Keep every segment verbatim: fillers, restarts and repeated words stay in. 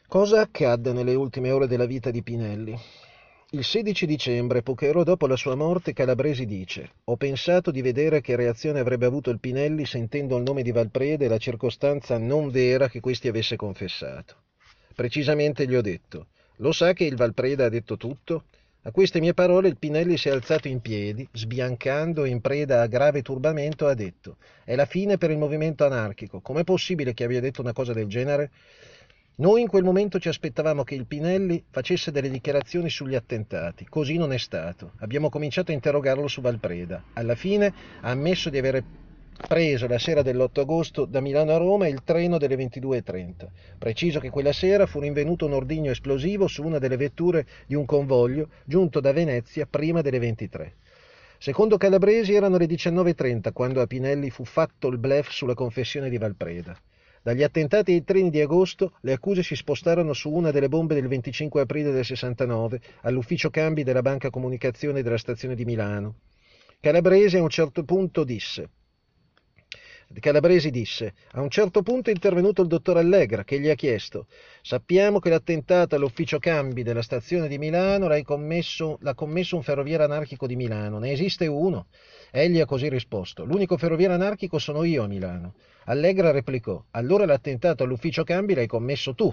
Cosa accadde nelle ultime ore della vita di Pinelli? Il sedici dicembre, poche ore dopo la sua morte, Calabresi dice: «Ho pensato di vedere che reazione avrebbe avuto il Pinelli sentendo il nome di Valpreda e la circostanza non vera che questi avesse confessato. Precisamente gli ho detto: lo sa che il Valpreda ha detto tutto?» A queste mie parole il Pinelli si è alzato in piedi, sbiancando e in preda a grave turbamento, ha detto: «È la fine per il movimento anarchico. Com'è possibile che abbia detto una cosa del genere?» Noi in quel momento ci aspettavamo che il Pinelli facesse delle dichiarazioni sugli attentati. Così non è stato. Abbiamo cominciato a interrogarlo su Valpreda. Alla fine ha ammesso di aver preso la sera dell'otto agosto da Milano a Roma il treno delle ventidue e trenta. Preciso che quella sera fu rinvenuto un ordigno esplosivo su una delle vetture di un convoglio giunto da Venezia prima delle ventitré. Secondo Calabresi erano le diciannove e trenta quando a Pinelli fu fatto il bluff sulla confessione di Valpreda. Dagli attentati ai treni di agosto le accuse si spostarono su una delle bombe del venticinque aprile del sessantanove all'ufficio cambi della Banca Comunicazione della stazione di Milano. Calabresi a un certo punto disse Calabresi disse: «A un certo punto è intervenuto il dottor Allegra che gli ha chiesto: sappiamo che l'attentato all'ufficio cambi della stazione di Milano l'hai commesso, l'ha commesso un ferroviere anarchico di Milano. Ne esiste uno?» Egli ha così risposto: «L'unico ferroviere anarchico sono io a Milano». Allegra replicò: «Allora l'attentato all'ufficio cambi l'hai commesso tu».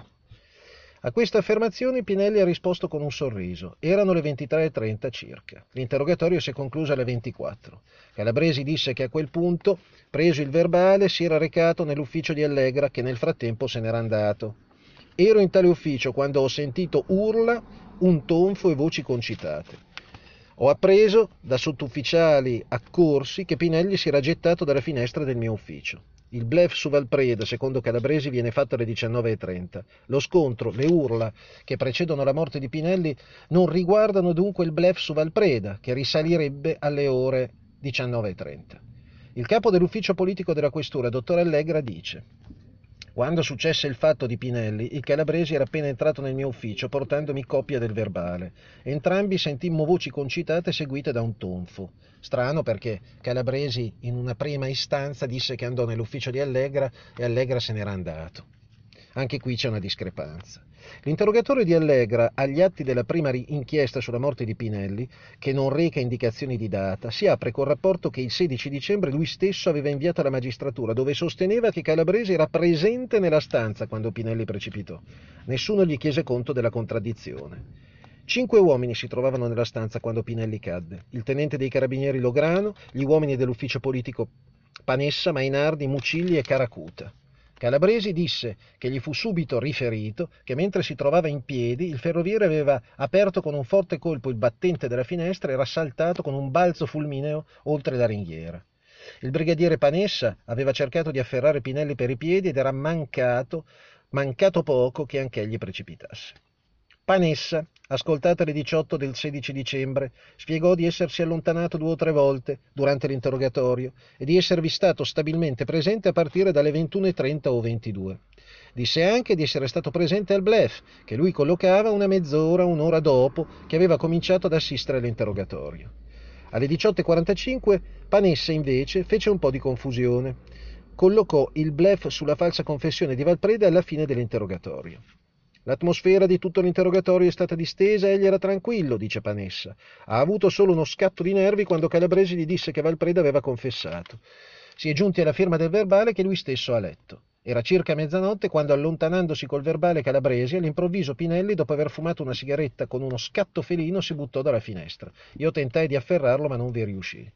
A queste affermazioni Pinelli ha risposto con un sorriso. Erano le ventitré e trenta circa. L'interrogatorio si è concluso alle ventiquattro. Calabresi disse che a quel punto, preso il verbale, si era recato nell'ufficio di Allegra, che nel frattempo se n'era andato. «Ero in tale ufficio quando ho sentito urla, un tonfo e voci concitate. Ho appreso da sottufficiali accorsi che Pinelli si era gettato dalla finestra del mio ufficio. Il bluff su Valpreda, secondo Calabresi, viene fatto alle diciannove e trenta. Lo scontro, le urla che precedono la morte di Pinelli non riguardano dunque il bluff su Valpreda, che risalirebbe alle ore diciannove e trenta. Il capo dell'ufficio politico della questura, dottor Allegra, dice: «Quando successe il fatto di Pinelli, il Calabresi era appena entrato nel mio ufficio portandomi copia del verbale. Entrambi sentimmo voci concitate seguite da un tonfo. Strano, perché Calabresi in una prima istanza disse che andò nell'ufficio di Allegra e Allegra se n'era andato. Anche qui c'è una discrepanza. L'interrogatorio di Allegra agli atti della prima inchiesta sulla morte di Pinelli, che non reca indicazioni di data, si apre col rapporto che il sedici dicembre lui stesso aveva inviato alla magistratura, dove sosteneva che Calabresi era presente nella stanza quando Pinelli precipitò. Nessuno gli chiese conto della contraddizione. Cinque uomini si trovavano nella stanza quando Pinelli cadde: il tenente dei carabinieri Lograno, gli uomini dell'ufficio politico Panessa, Mainardi, Mucilli e Caracuta. Calabresi disse che gli fu subito riferito che mentre si trovava in piedi il ferroviere aveva aperto con un forte colpo il battente della finestra e era saltato con un balzo fulmineo oltre la ringhiera. Il brigadiere Panessa aveva cercato di afferrare Pinelli per i piedi ed era mancato, mancato poco che anch'egli precipitasse. Panessa, ascoltata alle diciotto del sedici dicembre, spiegò di essersi allontanato due o tre volte durante l'interrogatorio e di esservi stato stabilmente presente a partire dalle ventuno e trenta o ventidue. Disse anche di essere stato presente al bluff, che lui collocava una mezz'ora, un'ora dopo che aveva cominciato ad assistere all'interrogatorio. Alle diciotto e quarantacinque Panessa invece fece un po' di confusione. Collocò il bluff sulla falsa confessione di Valpreda alla fine dell'interrogatorio. L'atmosfera di tutto l'interrogatorio è stata distesa e egli era tranquillo, dice Panessa. Ha avuto solo uno scatto di nervi quando Calabresi gli disse che Valpreda aveva confessato. Si è giunti alla firma del verbale che lui stesso ha letto. Era circa mezzanotte quando, allontanandosi col verbale Calabresi, all'improvviso Pinelli, dopo aver fumato una sigaretta con uno scatto felino, si buttò dalla finestra. Io tentai di afferrarlo, ma non vi riuscii.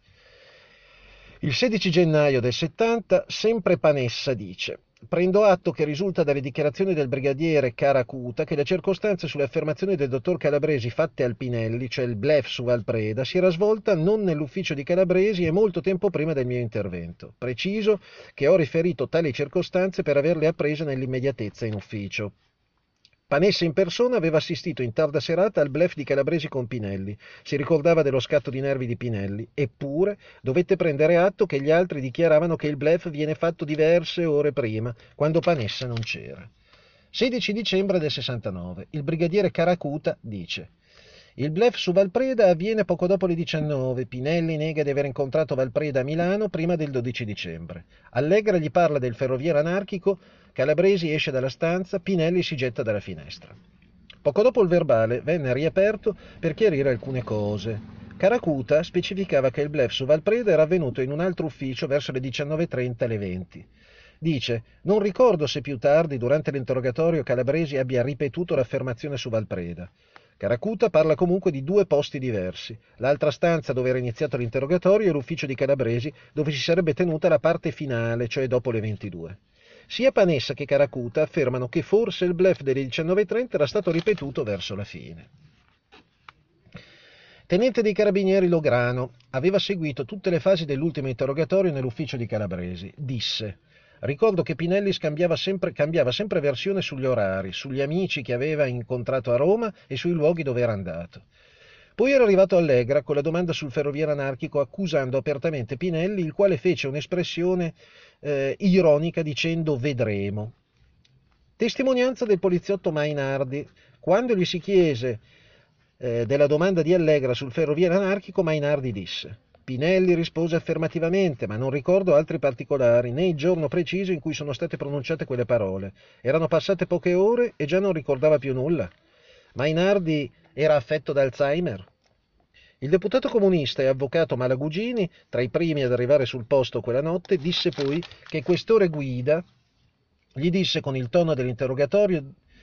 Il sedici gennaio del settanta, sempre Panessa dice: «Prendo atto che risulta dalle dichiarazioni del brigadiere Caracuta che le circostanze sulle affermazioni del dottor Calabresi fatte al Pinelli, cioè il bluff su Valpreda, si era svolta non nell'ufficio di Calabresi e molto tempo prima del mio intervento. Preciso che ho riferito tali circostanze per averle apprese nell'immediatezza in ufficio». Panessa in persona aveva assistito in tarda serata al bluff di Calabresi con Pinelli, si ricordava dello scatto di nervi di Pinelli, eppure dovette prendere atto che gli altri dichiaravano che il bluff viene fatto diverse ore prima, quando Panessa non c'era. sedici dicembre del sessantanove, il brigadiere Caracuta dice: Il bluff su Valpreda avviene poco dopo le diciannove. Pinelli nega di aver incontrato Valpreda a Milano prima del dodici dicembre. Allegra gli parla del ferroviere anarchico, Calabresi esce dalla stanza, Pinelli si getta dalla finestra. Poco dopo il verbale venne riaperto per chiarire alcune cose. Caracuta specificava che il bluff su Valpreda era avvenuto in un altro ufficio verso le diciannove e trenta alle venti. Dice: non ricordo se più tardi, durante l'interrogatorio, Calabresi abbia ripetuto l'affermazione su Valpreda. Caracuta parla comunque di due posti diversi. L'altra stanza dove era iniziato l'interrogatorio è l'ufficio di Calabresi, dove si sarebbe tenuta la parte finale, cioè dopo le ventidue. Sia Panessa che Caracuta affermano che forse il bluff delle diciannove e trenta era stato ripetuto verso la fine. Tenente dei Carabinieri Lograno aveva seguito tutte le fasi dell'ultimo interrogatorio nell'ufficio di Calabresi. Disse: ricordo che Pinelli scambiava sempre, cambiava sempre versione sugli orari, sugli amici che aveva incontrato a Roma e sui luoghi dove era andato. Poi era arrivato Allegra con la domanda sul ferroviere anarchico, accusando apertamente Pinelli, il quale fece un'espressione eh, ironica dicendo vedremo. Testimonianza del poliziotto Mainardi. Quando gli si chiese eh, della domanda di Allegra sul ferroviere anarchico, Mainardi disse: Pinelli rispose affermativamente, ma non ricordo altri particolari, né il giorno preciso in cui sono state pronunciate quelle parole. Erano passate poche ore e già non ricordava più nulla. Mainardi era affetto da Alzheimer? Il deputato comunista e avvocato Malagugini, tra i primi ad arrivare sul posto quella notte, disse poi che questore Guida gli disse con il tono dell'interrogatorio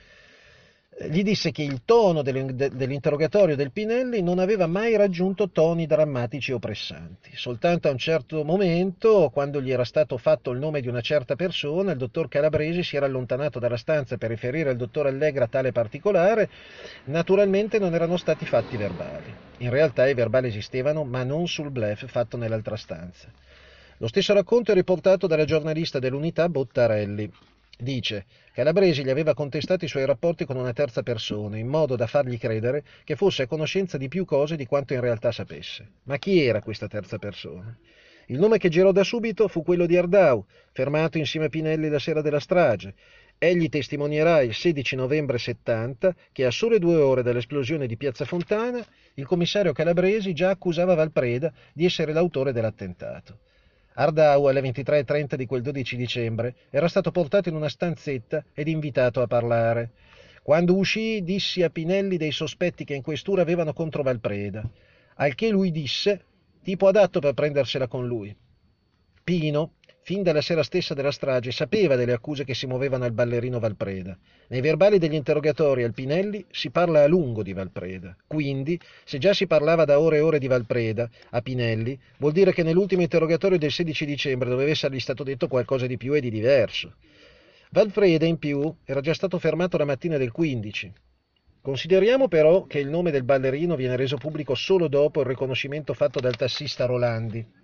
gli disse che il tono dell'interrogatorio del Pinelli non aveva mai raggiunto toni drammatici o pressanti. Soltanto a un certo momento, quando gli era stato fatto il nome di una certa persona, il dottor Calabresi si era allontanato dalla stanza per riferire al dottor Allegra tale particolare. Naturalmente non erano stati fatti verbali. In realtà i verbali esistevano, ma non sul bluff fatto nell'altra stanza. Lo stesso racconto è riportato dalla giornalista dell'Unità Bottarelli. Dice: Calabresi gli aveva contestato i suoi rapporti con una terza persona, in modo da fargli credere che fosse a conoscenza di più cose di quanto in realtà sapesse. Ma chi era questa terza persona? Il nome che girò da subito fu quello di Ardau, fermato insieme a Pinelli la sera della strage. Egli testimonierà il sedici novembre settanta che a sole due ore dall'esplosione di Piazza Fontana il commissario Calabresi già accusava Valpreda di essere l'autore dell'attentato. Ardau, alle ventitré e trenta di quel dodici dicembre, era stato portato in una stanzetta ed invitato a parlare. Quando uscì, dissi a Pinelli dei sospetti che in questura avevano contro Valpreda, al che lui disse: tipo adatto per prendersela con lui. Pino, fin dalla sera stessa della strage, sapeva delle accuse che si muovevano al ballerino Valpreda. Nei verbali degli interrogatori al Pinelli si parla a lungo di Valpreda. Quindi, se già si parlava da ore e ore di Valpreda a Pinelli, vuol dire che nell'ultimo interrogatorio del sedici dicembre doveva essergli stato detto qualcosa di più e di diverso. Valpreda, in più, era già stato fermato la mattina del quindici. Consideriamo però che il nome del ballerino viene reso pubblico solo dopo il riconoscimento fatto dal tassista Rolandi.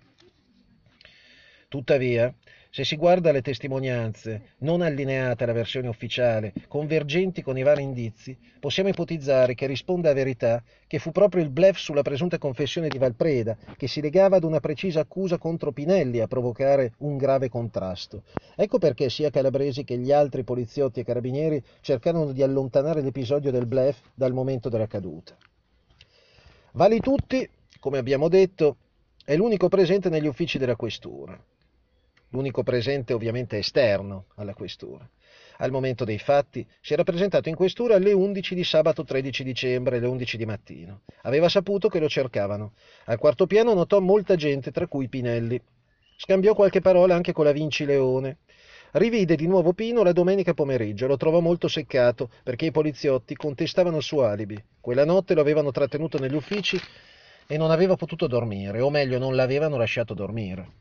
Tuttavia, se si guarda le testimonianze, non allineate alla versione ufficiale, convergenti con i vari indizi, possiamo ipotizzare che risponda a verità che fu proprio il bluff sulla presunta confessione di Valpreda, che si legava ad una precisa accusa contro Pinelli, a provocare un grave contrasto. Ecco perché sia Calabresi che gli altri poliziotti e carabinieri cercarono di allontanare l'episodio del bluff dal momento della caduta. Vali Tutti, come abbiamo detto, è l'unico presente negli uffici della questura. L'unico presente ovviamente esterno alla questura. Al momento dei fatti si era presentato in questura alle undici di sabato tredici dicembre, alle undici di mattino. Aveva saputo che lo cercavano. Al quarto piano notò molta gente, tra cui Pinelli. Scambiò qualche parola anche con la Vinci Leone. Rivide di nuovo Pino la domenica pomeriggio, lo trovò molto seccato perché i poliziotti contestavano il suo alibi. Quella notte lo avevano trattenuto negli uffici e non aveva potuto dormire, o meglio non l'avevano lasciato dormire.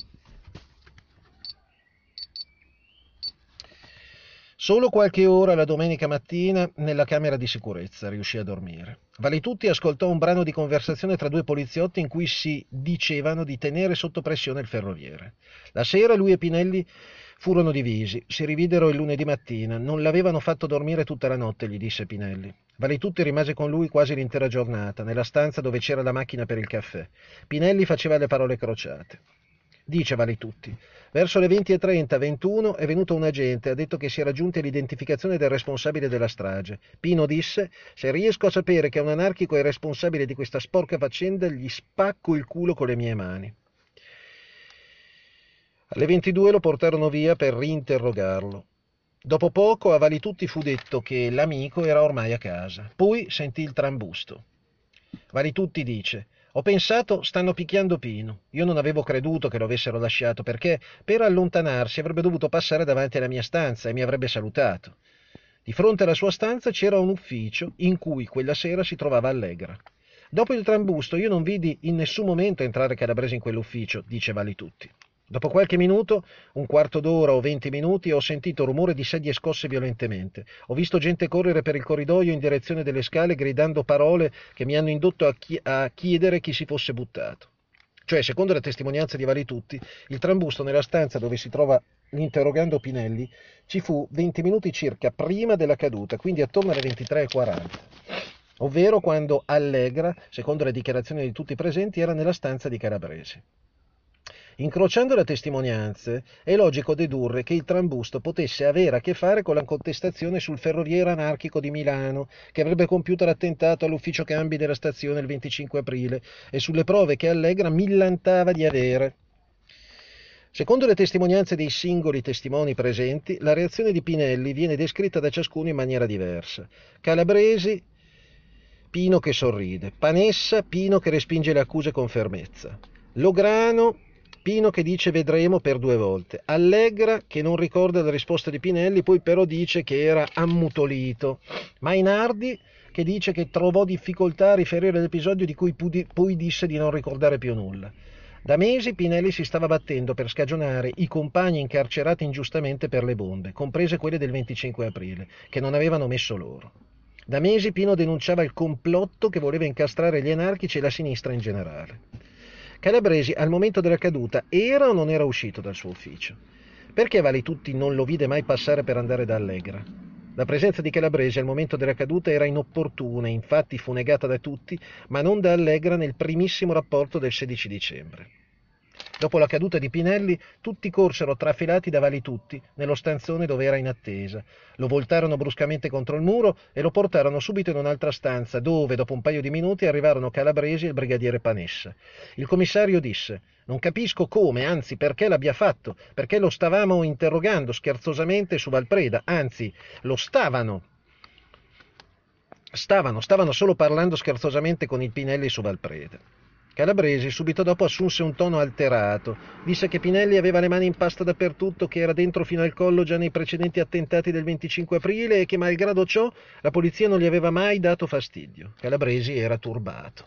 Solo qualche ora la domenica mattina nella camera di sicurezza riuscì a dormire. Valetutti ascoltò un brano di conversazione tra due poliziotti in cui si dicevano di tenere sotto pressione il ferroviere. La sera lui e Pinelli furono divisi, si rividero il lunedì mattina. Non l'avevano fatto dormire tutta la notte, gli disse Pinelli. Valetutti rimase con lui quasi l'intera giornata, nella stanza dove c'era la macchina per il caffè. Pinelli faceva le parole crociate. Dice Valitutti. Verso le venti e trenta, ventuno, è venuto un agente e ha detto che si era giunti all'identificazione del responsabile della strage. Pino disse: se riesco a sapere che un anarchico è responsabile di questa sporca faccenda, gli spacco il culo con le mie mani. Alle ventidue lo portarono via per rinterrogarlo. Dopo poco a Valitutti fu detto che l'amico era ormai a casa. Poi sentì il trambusto. Valitutti dice: ho pensato stanno picchiando Pino. Io non avevo creduto che lo avessero lasciato perché per allontanarsi avrebbe dovuto passare davanti alla mia stanza e mi avrebbe salutato. Di fronte alla sua stanza c'era un ufficio in cui quella sera si trovava Allegra. Dopo il trambusto io non vidi in nessun momento entrare Calabresi in quell'ufficio, dice Valitutti. Dopo qualche minuto, un quarto d'ora o venti minuti, ho sentito rumore di sedie scosse violentemente. Ho visto gente correre per il corridoio in direzione delle scale gridando parole che mi hanno indotto a, chi- a chiedere chi si fosse buttato. Cioè, secondo le testimonianze di Valitutti, il trambusto nella stanza dove si trova l'interrogando Pinelli ci fu venti minuti circa prima della caduta, quindi attorno alle ventitré e quaranta, ovvero quando Allegra, secondo le dichiarazioni di tutti i presenti, era nella stanza di Calabresi. Incrociando le testimonianze, è logico dedurre che il trambusto potesse avere a che fare con la contestazione sul ferroviere anarchico di Milano, che avrebbe compiuto l'attentato all'ufficio cambi della stazione il venticinque aprile, e sulle prove che Allegra millantava di avere. Secondo le testimonianze dei singoli testimoni presenti, la reazione di Pinelli viene descritta da ciascuno in maniera diversa. Calabresi, Pino che sorride; Panessa, Pino che respinge le accuse con fermezza; Lograno, Pino che dice vedremo per due volte; Allegra che non ricorda la risposta di Pinelli, poi però dice che era ammutolito; Mainardi che dice che trovò difficoltà a riferire l'episodio di cui poi disse di non ricordare più nulla. Da mesi Pinelli si stava battendo per scagionare i compagni incarcerati ingiustamente per le bombe, comprese quelle del venticinque aprile, che non avevano messo loro. Da mesi Pino denunciava il complotto che voleva incastrare gli anarchici e la sinistra in generale. Calabresi al momento della caduta era o non era uscito dal suo ufficio? Perché Valitutti non lo vide mai passare per andare da Allegra? La presenza di Calabresi al momento della caduta era inopportuna, infatti fu negata da tutti, ma non da Allegra nel primissimo rapporto del sedici dicembre. Dopo la caduta di Pinelli, tutti corsero trafilati da Valitutti nello stanzone dove era in attesa. Lo voltarono bruscamente contro il muro e lo portarono subito in un'altra stanza, dove, dopo un paio di minuti, arrivarono Calabresi e il brigadiere Panessa. Il commissario disse: non capisco come, anzi perché l'abbia fatto, perché lo stavamo interrogando scherzosamente su Valpreda, anzi, lo stavano. Stavano, stavano solo parlando scherzosamente con il Pinelli su Valpreda. Calabresi subito dopo assunse un tono alterato, disse che Pinelli aveva le mani in pasta dappertutto, che era dentro fino al collo già nei precedenti attentati del venticinque aprile e che malgrado ciò la polizia non gli aveva mai dato fastidio. Calabresi era turbato.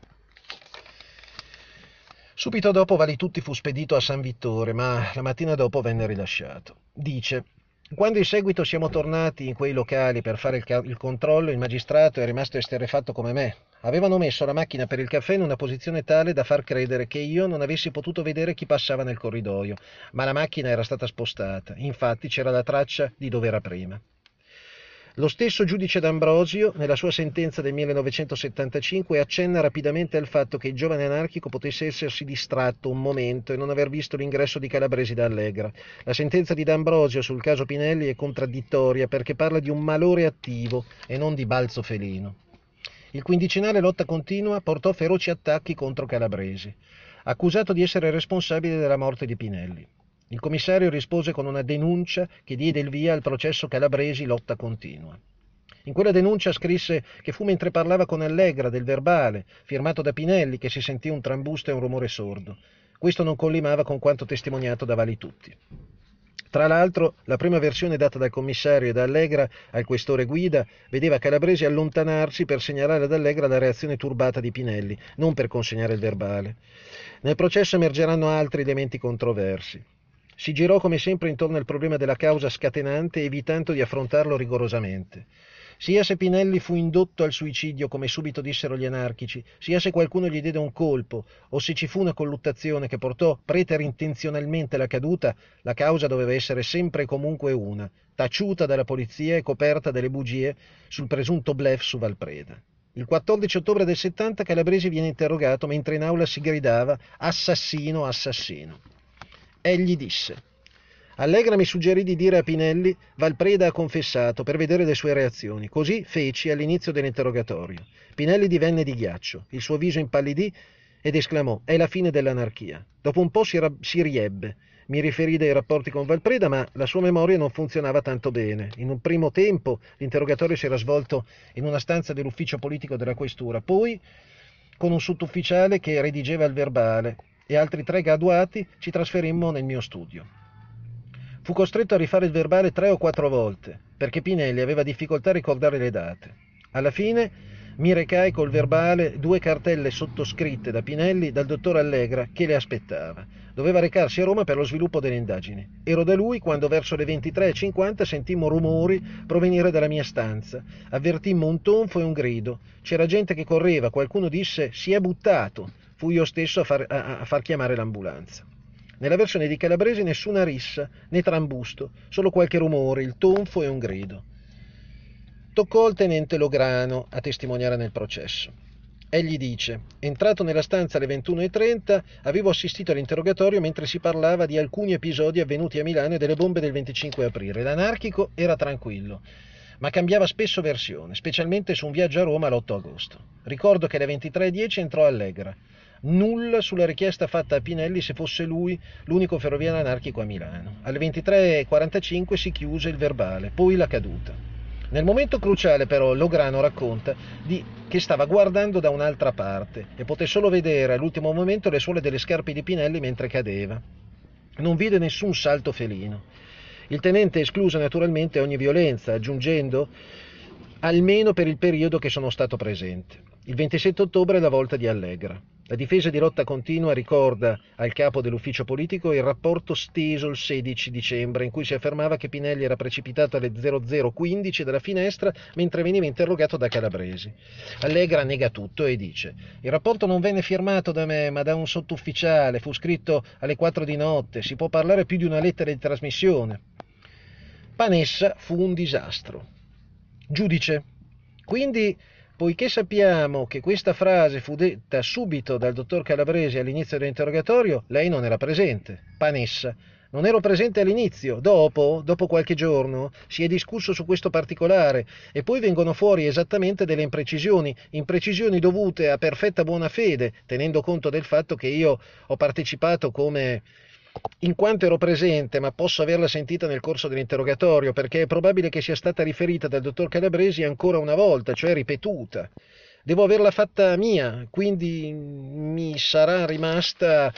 Subito dopo Valitutti fu spedito a San Vittore, ma la mattina dopo venne rilasciato. Dice: quando in seguito siamo tornati in quei locali per fare il, ca- il controllo, il magistrato è rimasto esterrefatto come me. Avevano messo la macchina per il caffè in una posizione tale da far credere che io non avessi potuto vedere chi passava nel corridoio, ma la macchina era stata spostata. Infatti c'era la traccia di dove era prima. Lo stesso giudice D'Ambrosio, nella sua sentenza del millenovecentosettantacinque, accenna rapidamente al fatto che il giovane anarchico potesse essersi distratto un momento e non aver visto l'ingresso di Calabresi da Allegra. La sentenza di D'Ambrosio sul caso Pinelli è contraddittoria perché parla di un malore attivo e non di balzo felino. Il quindicinale lotta continua portò feroci attacchi contro Calabresi, accusato di essere responsabile della morte di Pinelli. Il commissario rispose con una denuncia che diede il via al processo Calabresi lotta continua. In quella denuncia scrisse che fu mentre parlava con Allegra del verbale, firmato da Pinelli, che si sentì un trambusto e un rumore sordo. Questo non collimava con quanto testimoniato da Valitutti. Tra l'altro, la prima versione data dal commissario e da Allegra al questore Guida vedeva Calabresi allontanarsi per segnalare ad Allegra la reazione turbata di Pinelli, non per consegnare il verbale. Nel processo emergeranno altri elementi controversi. Si girò come sempre intorno al problema della causa scatenante, evitando di affrontarlo rigorosamente. Sia se Pinelli fu indotto al suicidio, come subito dissero gli anarchici, sia se qualcuno gli diede un colpo, o se ci fu una colluttazione che portò preterintenzionalmente alla caduta, la causa doveva essere sempre e comunque una, taciuta dalla polizia e coperta dalle bugie sul presunto bluff su Valpreda. Il quattordici ottobre del settanta Calabresi viene interrogato mentre in aula si gridava «assassino, assassino». Egli disse: Allegra mi suggerì di dire a Pinelli: Valpreda ha confessato, per vedere le sue reazioni. Così feci all'inizio dell'interrogatorio. Pinelli divenne di ghiaccio, il suo viso impallidì ed esclamò: È la fine dell'anarchia. Dopo un po' si, ra- si riebbe. Mi riferì dei rapporti con Valpreda, ma la sua memoria non funzionava tanto bene. In un primo tempo l'interrogatorio si era svolto in una stanza dell'ufficio politico della questura, poi con un sottufficiale che redigeva il verbale e altri tre graduati ci trasferimmo nel mio studio. Fu costretto a rifare il verbale tre o quattro volte, perché Pinelli aveva difficoltà a ricordare le date. Alla fine mi recai col verbale, due cartelle sottoscritte da Pinelli dal dottor Allegra che le aspettava. Doveva recarsi a Roma per lo sviluppo delle indagini. Ero da lui quando verso le ventitré e cinquanta sentimmo rumori provenire dalla mia stanza. Avvertimmo un tonfo e un grido. C'era gente che correva, qualcuno disse si è buttato. Fui io stesso a far, a, a far chiamare l'ambulanza. Nella versione di Calabresi nessuna rissa, né trambusto, solo qualche rumore, il tonfo e un grido. Toccò al tenente Lograno a testimoniare nel processo. Egli dice: entrato nella stanza alle ventuno e trenta, avevo assistito all'interrogatorio mentre si parlava di alcuni episodi avvenuti a Milano e delle bombe del venticinque aprile. L'anarchico era tranquillo, ma cambiava spesso versione, specialmente su un viaggio a Roma l'otto agosto. Ricordo che alle ventitré e dieci entrò Allegra. Nulla sulla richiesta fatta a Pinelli se fosse lui l'unico ferroviario anarchico a Milano. Alle ventitré e quarantacinque si chiuse il verbale, poi la caduta. Nel momento cruciale però Lograno racconta di, che stava guardando da un'altra parte e poté solo vedere all'ultimo momento le suole delle scarpe di Pinelli mentre cadeva. Non vide nessun salto felino. Il tenente escluse naturalmente ogni violenza, aggiungendo almeno per il periodo che sono stato presente. Il ventisette ottobre è la volta di Allegra. La difesa di Lotta Continua ricorda al capo dell'ufficio politico il rapporto steso il sedici dicembre in cui si affermava che Pinelli era precipitato alle zero zero quindici dalla finestra mentre veniva interrogato da Calabresi. Allegra nega tutto e dice: il rapporto non venne firmato da me ma da un sottufficiale, fu scritto alle quattro di notte, si può parlare più di una lettera di trasmissione. Panessa fu un disastro. Giudice: quindi, poiché sappiamo che questa frase fu detta subito dal dottor Calabresi all'inizio dell'interrogatorio, lei non era presente. Panessa: non ero presente all'inizio, dopo, dopo qualche giorno, si è discusso su questo particolare e poi vengono fuori esattamente delle imprecisioni, imprecisioni dovute a perfetta buona fede, tenendo conto del fatto che io ho partecipato come in quanto ero presente, ma posso averla sentita nel corso dell'interrogatorio, perché è probabile che sia stata riferita dal dottor Calabresi ancora una volta, cioè ripetuta. Devo averla fatta mia, quindi mi sarà rimasta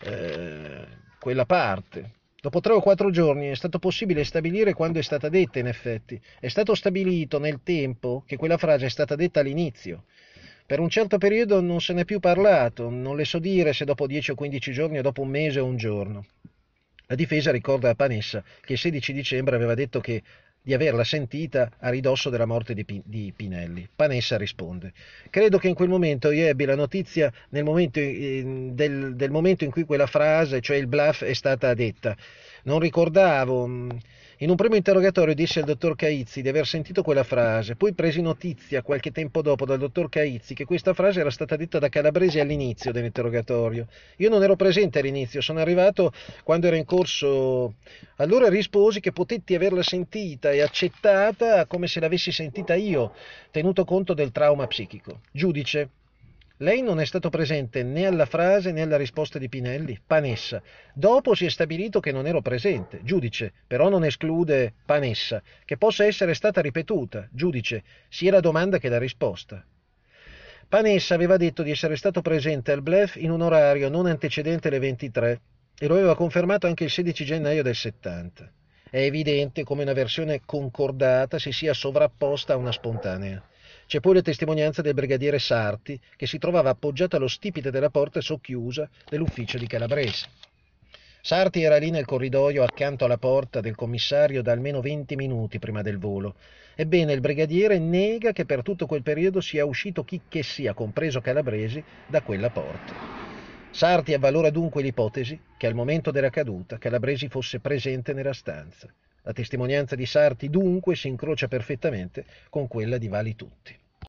eh, quella parte. Dopo tre o quattro giorni è stato possibile stabilire quando è stata detta, in effetti. È stato stabilito nel tempo che quella frase è stata detta all'inizio. Per un certo periodo non se n'è più parlato, non le so dire se dopo dieci o quindici giorni o dopo un mese o un giorno. La difesa ricorda a Panessa che il sedici dicembre aveva detto che di averla sentita a ridosso della morte di, Pin- di Pinelli. Panessa risponde: credo che in quel momento io ebbi la notizia nel momento, eh, del, del momento in cui quella frase, cioè il bluff, è stata detta. Non ricordavo. In un primo interrogatorio disse al dottor Caizzi di aver sentito quella frase, poi presi notizia qualche tempo dopo dal dottor Caizzi che questa frase era stata detta da Calabresi all'inizio dell'interrogatorio. Io non ero presente all'inizio, sono arrivato quando era in corso. Allora risposi che potetti averla sentita e accettata come se l'avessi sentita io, tenuto conto del trauma psichico. Giudice: lei non è stato presente né alla frase né alla risposta di Pinelli? Panessa: dopo si è stabilito che non ero presente. Giudice: però non esclude Panessa che possa essere stata ripetuta. Giudice: sia la domanda che la risposta. Panessa aveva detto di essere stato presente al bluff in un orario non antecedente le ventitré e lo aveva confermato anche il sedici gennaio del settanta. È evidente come una versione concordata si sia sovrapposta a una spontanea. C'è poi la testimonianza del brigadiere Sarti, che si trovava appoggiato allo stipite della porta socchiusa dell'ufficio di Calabresi. Sarti era lì nel corridoio accanto alla porta del commissario da almeno venti minuti prima del volo. Ebbene, il brigadiere nega che per tutto quel periodo sia uscito chi che sia, compreso Calabresi, da quella porta. Sarti avvalora dunque l'ipotesi che al momento della caduta Calabresi fosse presente nella stanza. La testimonianza di Sarti dunque si incrocia perfettamente con quella di Vali Tutti.